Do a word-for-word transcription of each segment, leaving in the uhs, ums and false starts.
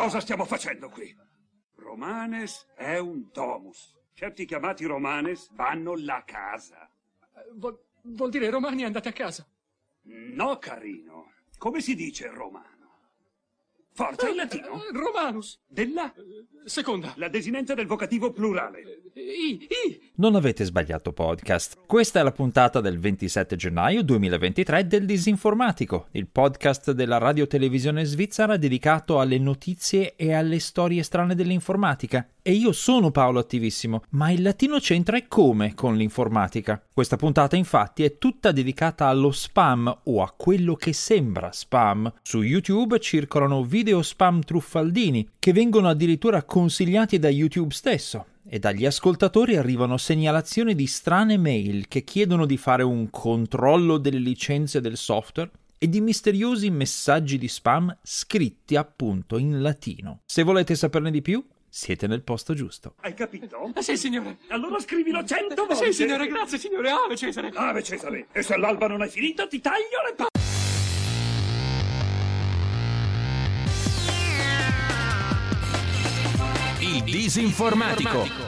cosa stiamo facendo qui? Romanes è un domus. Certi chiamati Romanes vanno la casa. Vuol, vuol dire romani andate a casa? No, carino. Come si dice romano? Forza, in latino? Uh, Romanus. Della? Uh, seconda. La desinenza del vocativo plurale. I, i. Non avete sbagliato podcast. Questa è la puntata del ventisette gennaio duemilaventitré del Disinformatico, il podcast della radiotelevisione svizzera dedicato alle notizie e alle storie strane dell'informatica. E io sono Paolo Attivissimo, ma il latino c'entra e come con l'informatica? Questa puntata infatti è tutta dedicata allo spam o a quello che sembra spam. Su YouTube circolano video spam truffaldini che vengono addirittura consigliati da YouTube stesso. E dagli ascoltatori arrivano segnalazioni di strane mail che chiedono di fare un controllo delle licenze del software e di misteriosi messaggi di spam scritti appunto in latino. Se volete saperne di più, siete nel posto giusto. Hai capito? Ah, sì, signore. Allora scrivilo cento volte. Sì, signore, grazie, signore. Ave Cesare. Ave Cesare. E se all'alba non hai finito, ti taglio le pa... Il Disinformatico.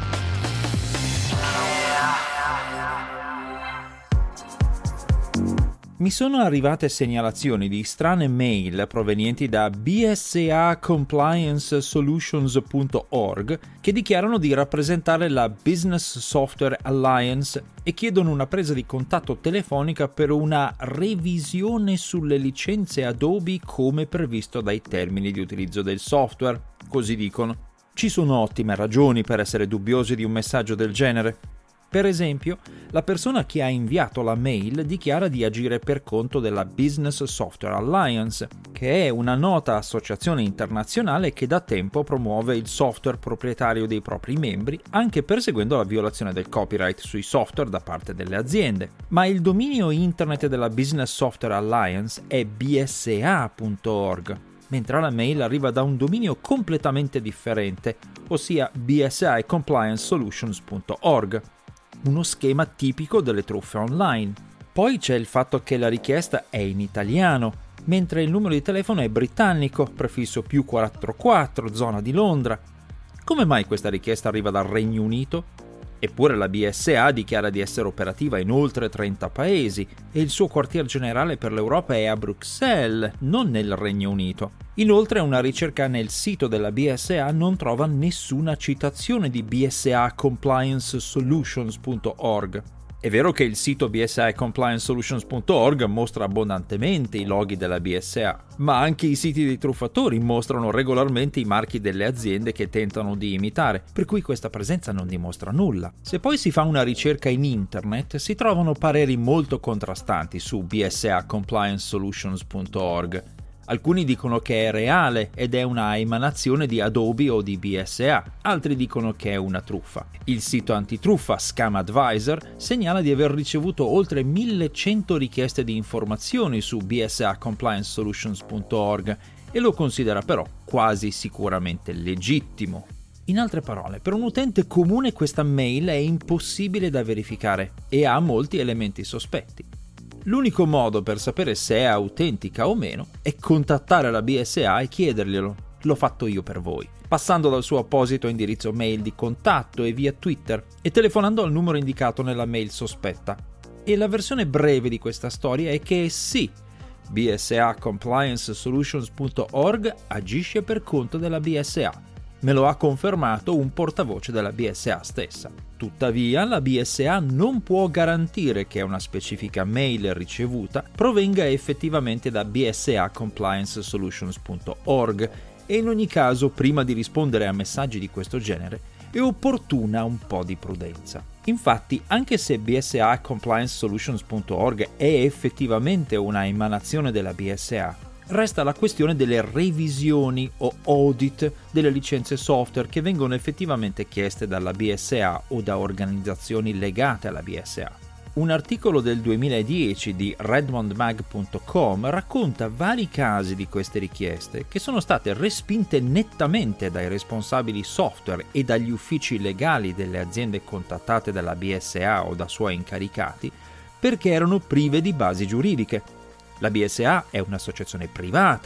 Mi sono arrivate segnalazioni di strane mail provenienti da b s a compliance solutions punto org che dichiarano di rappresentare la Business Software Alliance e chiedono una presa di contatto telefonica per una revisione sulle licenze Adobe come previsto dai termini di utilizzo del software, così dicono. Ci sono ottime ragioni per essere dubbiosi di un messaggio del genere. Per esempio, la persona che ha inviato la mail dichiara di agire per conto della Business Software Alliance, che è una nota associazione internazionale che da tempo promuove il software proprietario dei propri membri, anche perseguendo la violazione del copyright sui software da parte delle aziende. Ma il dominio internet della Business Software Alliance è b s a punto org, mentre la mail arriva da un dominio completamente differente, ossia b s a compliance solutions punto org. Uno schema tipico delle truffe online. Poi c'è il fatto che la richiesta è in italiano, mentre il numero di telefono è britannico, prefisso più quarantaquattro, zona di Londra. Come mai questa richiesta arriva dal Regno Unito? Eppure la B S A dichiara di essere operativa in oltre trenta paesi e il suo quartier generale per l'Europa è a Bruxelles, non nel Regno Unito. Inoltre una ricerca nel sito della B S A non trova nessuna citazione di b s a compliance solutions punto org. È vero che il sito b s a compliance solutions punto org mostra abbondantemente i loghi della B S A, ma anche i siti dei truffatori mostrano regolarmente i marchi delle aziende che tentano di imitare, per cui questa presenza non dimostra nulla. Se poi si fa una ricerca in internet, si trovano pareri molto contrastanti su b s a compliance solutions punto org. Alcuni dicono che è reale ed è una emanazione di Adobe o di B S A, altri dicono che è una truffa. Il sito antitruffa Scam Advisor segnala di aver ricevuto oltre millecento richieste di informazioni su b s a compliance solutions punto org e lo considera però quasi sicuramente legittimo. In altre parole, per un utente comune questa mail è impossibile da verificare e ha molti elementi sospetti. L'unico modo per sapere se è autentica o meno è contattare la B S A e chiederglielo. L'ho fatto io per voi, passando dal suo apposito indirizzo mail di contatto e via Twitter e telefonando al numero indicato nella mail sospetta. E la versione breve di questa storia è che sì, b s a compliance solutions punto org agisce per conto della B S A. Me lo ha confermato un portavoce della B S A stessa. Tuttavia, la B S A non può garantire che una specifica mail ricevuta provenga effettivamente da b s a compliance solutions punto org e in ogni caso, prima di rispondere a messaggi di questo genere, è opportuna un po' di prudenza. Infatti, anche se b s a compliance solutions punto org è effettivamente una emanazione della B S A, resta la questione delle revisioni o audit delle licenze software che vengono effettivamente chieste dalla B S A o da organizzazioni legate alla B S A. Un articolo del duemiladieci di redmond mag punto com racconta vari casi di queste richieste che sono state respinte nettamente dai responsabili software e dagli uffici legali delle aziende contattate dalla B S A o da suoi incaricati perché erano prive di basi giuridiche. La B S A è un'associazione privata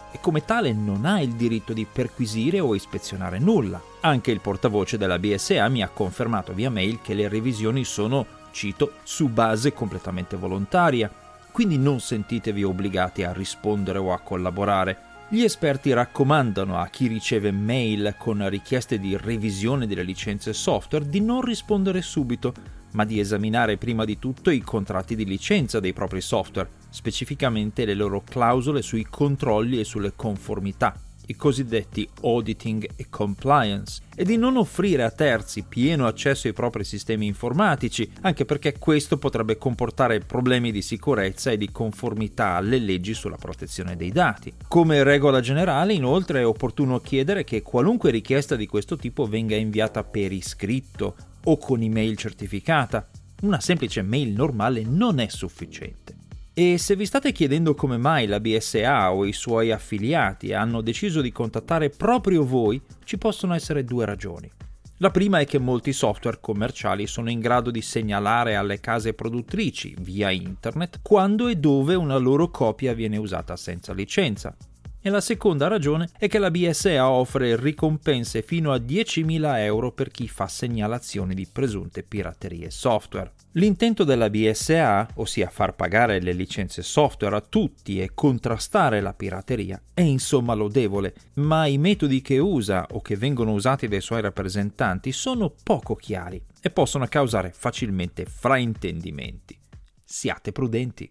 e come tale non ha il diritto di perquisire o ispezionare nulla. Anche il portavoce della B S A mi ha confermato via mail che le revisioni sono, cito, su base completamente volontaria, quindi non sentitevi obbligati a rispondere o a collaborare. Gli esperti raccomandano a chi riceve mail con richieste di revisione delle licenze software di non rispondere subito, ma di esaminare prima di tutto i contratti di licenza dei propri software, specificamente le loro clausole sui controlli e sulle conformità, i cosiddetti auditing e compliance, e di non offrire a terzi pieno accesso ai propri sistemi informatici, anche perché questo potrebbe comportare problemi di sicurezza e di conformità alle leggi sulla protezione dei dati. Come regola generale, inoltre, è opportuno chiedere che qualunque richiesta di questo tipo venga inviata per iscritto o con email certificata. Una semplice mail normale non è sufficiente. E se vi state chiedendo come mai la B S A o i suoi affiliati hanno deciso di contattare proprio voi, ci possono essere due ragioni. La prima è che molti software commerciali sono in grado di segnalare alle case produttrici, via internet, quando e dove una loro copia viene usata senza licenza. E la seconda ragione è che la B S A offre ricompense fino a diecimila euro per chi fa segnalazioni di presunte piraterie software. L'intento della B S A, ossia far pagare le licenze software a tutti e contrastare la pirateria, è insomma lodevole, ma i metodi che usa o che vengono usati dai suoi rappresentanti sono poco chiari e possono causare facilmente fraintendimenti. Siate prudenti.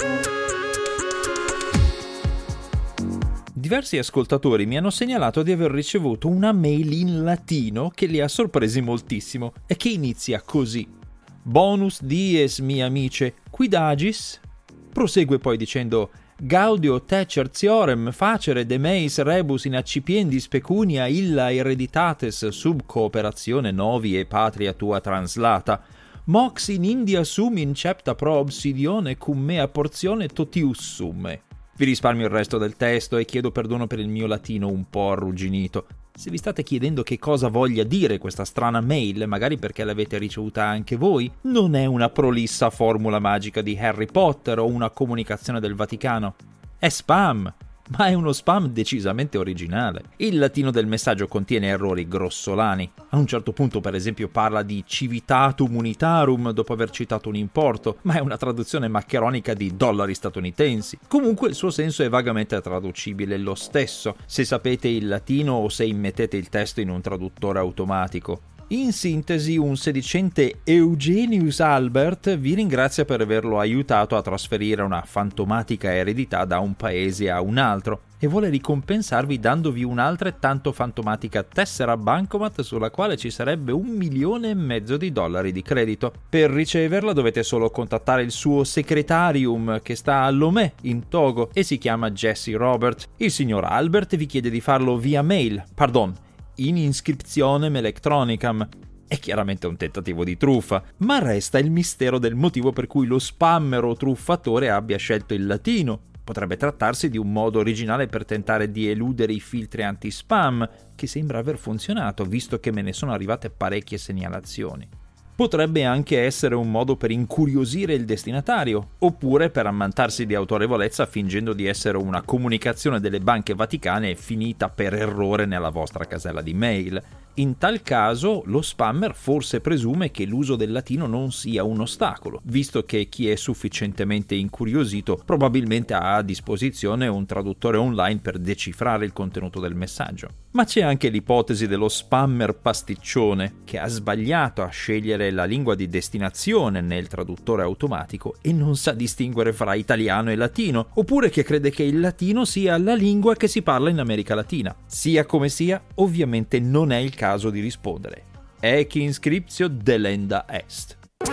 Diversi ascoltatori mi hanno segnalato di aver ricevuto una mail in latino che li ha sorpresi moltissimo e che inizia così: Bonus dies, mi amice, quid agis? Prosegue poi dicendo: Gaudio te certiorem facere de meis rebus in accipiendis pecunia illa hereditates sub cooperazione novi e patria tua translata. Mox in India sum incepta pro obsidione cum mea porzione totius summe. Vi risparmio il resto del testo e chiedo perdono per il mio latino un po' arrugginito. Se vi state chiedendo che cosa voglia dire questa strana mail, magari perché l'avete ricevuta anche voi, non è una prolissa formula magica di Harry Potter o una comunicazione del Vaticano. È spam, ma è uno spam decisamente originale. Il latino del messaggio contiene errori grossolani. A un certo punto, per esempio, parla di civitatum unitarum dopo aver citato un importo, ma è una traduzione maccheronica di dollari statunitensi. Comunque il suo senso è vagamente traducibile lo stesso, se sapete il latino o se immettete il testo in un traduttore automatico. In sintesi, un sedicente Eugenius Albert vi ringrazia per averlo aiutato a trasferire una fantomatica eredità da un paese a un altro e vuole ricompensarvi dandovi un'altrettanto fantomatica tessera bancomat sulla quale ci sarebbe un milione e mezzo di dollari di credito. Per riceverla dovete solo contattare il suo secretarium che sta a Lomé in Togo e si chiama Jesse Robert. Il signor Albert vi chiede di farlo via mail, pardon, in inscriptionem electronicam. È chiaramente un tentativo di truffa, ma resta il mistero del motivo per cui lo spammer o truffatore abbia scelto il latino. Potrebbe trattarsi di un modo originale per tentare di eludere i filtri anti-spam, che sembra aver funzionato, visto che me ne sono arrivate parecchie segnalazioni. Potrebbe anche essere un modo per incuriosire il destinatario, oppure per ammantarsi di autorevolezza fingendo di essere una comunicazione delle banche vaticane finita per errore nella vostra casella di mail. In tal caso, lo spammer forse presume che l'uso del latino non sia un ostacolo, visto che chi è sufficientemente incuriosito probabilmente ha a disposizione un traduttore online per decifrare il contenuto del messaggio. Ma c'è anche l'ipotesi dello spammer pasticcione, che ha sbagliato a scegliere la lingua di destinazione nel traduttore automatico e non sa distinguere fra italiano e latino, oppure che crede che il latino sia la lingua che si parla in America Latina. Sia come sia, ovviamente non è il caso di rispondere. Ec inscriptio delenda est.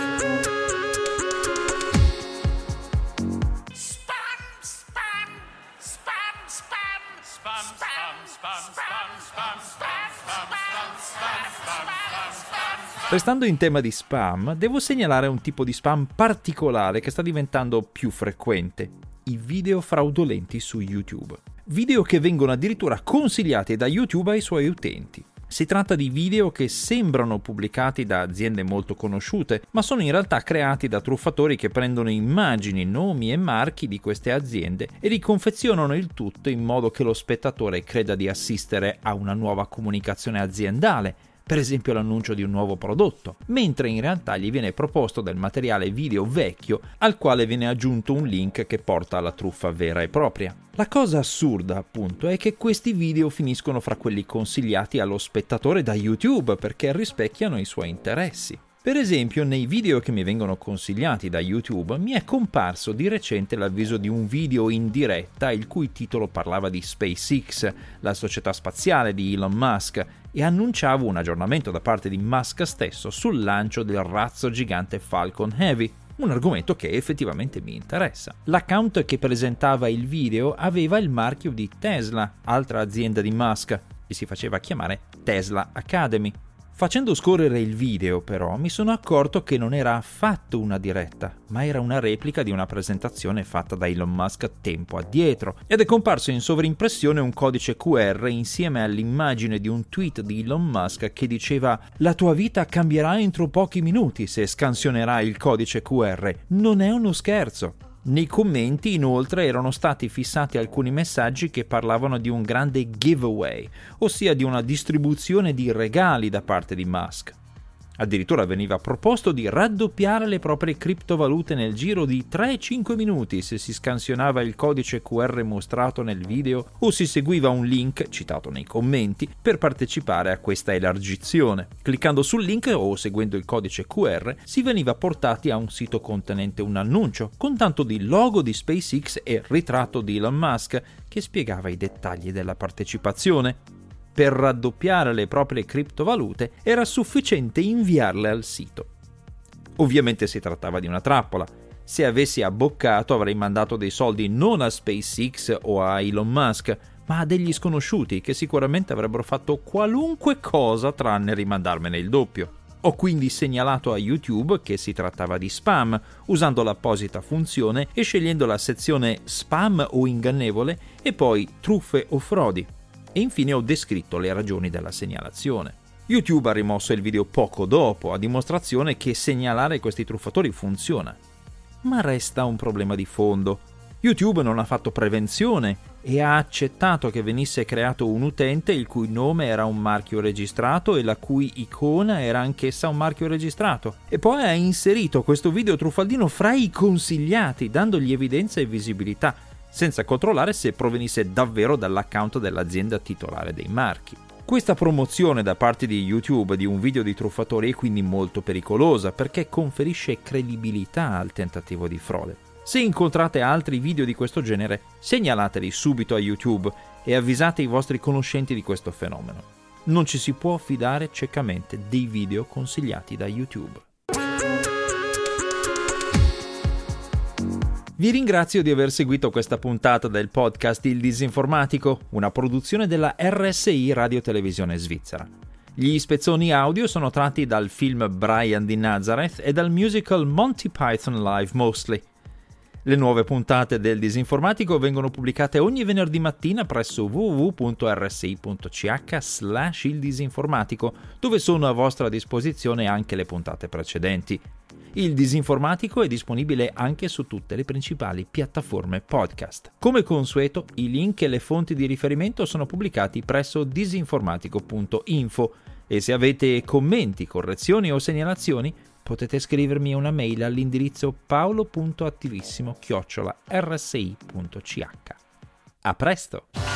Restando in tema di spam, devo segnalare un tipo di spam particolare che sta diventando più frequente: i video fraudolenti su YouTube. Video che vengono addirittura consigliati da YouTube ai suoi utenti. Si tratta di video che sembrano pubblicati da aziende molto conosciute, ma sono in realtà creati da truffatori che prendono immagini, nomi e marchi di queste aziende e riconfezionano il tutto in modo che lo spettatore creda di assistere a una nuova comunicazione aziendale, per esempio l'annuncio di un nuovo prodotto, mentre in realtà gli viene proposto del materiale video vecchio al quale viene aggiunto un link che porta alla truffa vera e propria. La cosa assurda, appunto, è che questi video finiscono fra quelli consigliati allo spettatore da YouTube perché rispecchiano i suoi interessi. Per esempio, nei video che mi vengono consigliati da YouTube mi è comparso di recente l'avviso di un video in diretta il cui titolo parlava di SpaceX, la società spaziale di Elon Musk, e annunciava un aggiornamento da parte di Musk stesso sul lancio del razzo gigante Falcon Heavy, un argomento che effettivamente mi interessa. L'account che presentava il video aveva il marchio di Tesla, altra azienda di Musk, e si faceva chiamare Tesla Academy. Facendo scorrere il video, però, mi sono accorto che non era affatto una diretta, ma era una replica di una presentazione fatta da Elon Musk tempo addietro, ed è comparso in sovrimpressione un codice Q R insieme all'immagine di un tweet di Elon Musk che diceva «La tua vita cambierà entro pochi minuti se scansionerai il codice Q R». Non è uno scherzo. Nei commenti, inoltre, erano stati fissati alcuni messaggi che parlavano di un grande giveaway, ossia di una distribuzione di regali da parte di Musk. Addirittura veniva proposto di raddoppiare le proprie criptovalute nel giro di tre cinque minuti se si scansionava il codice Q R mostrato nel video o si seguiva un link, citato nei commenti, per partecipare a questa elargizione. Cliccando sul link o seguendo il codice Q R si veniva portati a un sito contenente un annuncio, con tanto di logo di SpaceX e ritratto di Elon Musk che spiegava i dettagli della partecipazione. Per raddoppiare le proprie criptovalute era sufficiente inviarle al sito. Ovviamente si trattava di una trappola. Se avessi abboccato avrei mandato dei soldi non a SpaceX o a Elon Musk, ma a degli sconosciuti che sicuramente avrebbero fatto qualunque cosa tranne rimandarmene il doppio. Ho quindi segnalato a YouTube che si trattava di spam, usando l'apposita funzione e scegliendo la sezione spam o ingannevole e poi truffe o frodi. E infine ho descritto le ragioni della segnalazione. YouTube ha rimosso il video poco dopo, a dimostrazione che segnalare questi truffatori funziona. Ma resta un problema di fondo. YouTube non ha fatto prevenzione e ha accettato che venisse creato un utente il cui nome era un marchio registrato e la cui icona era anch'essa un marchio registrato. E poi ha inserito questo video truffaldino fra i consigliati, dandogli evidenza e visibilità, senza controllare se provenisse davvero dall'account dell'azienda titolare dei marchi. Questa promozione da parte di YouTube di un video di truffatori è quindi molto pericolosa perché conferisce credibilità al tentativo di frode. Se incontrate altri video di questo genere, segnalateli subito a YouTube e avvisate i vostri conoscenti di questo fenomeno. Non ci si può fidare ciecamente dei video consigliati da YouTube. Vi ringrazio di aver seguito questa puntata del podcast Il Disinformatico, una produzione della R S I Radio Televisione Svizzera. Gli spezzoni audio sono tratti dal film Brian di Nazareth e dal musical Monty Python Live Mostly. Le nuove puntate del Disinformatico vengono pubblicate ogni venerdì mattina presso w w w punto r s i punto c h slash il disinformatico, dove sono a vostra disposizione anche le puntate precedenti. Il Disinformatico è disponibile anche su tutte le principali piattaforme podcast. Come consueto, i link e le fonti di riferimento sono pubblicati presso disinformatico punto info e se avete commenti, correzioni o segnalazioni potete scrivermi una mail all'indirizzo paolo punto attivissimo chiocciola r s i punto c h. A presto!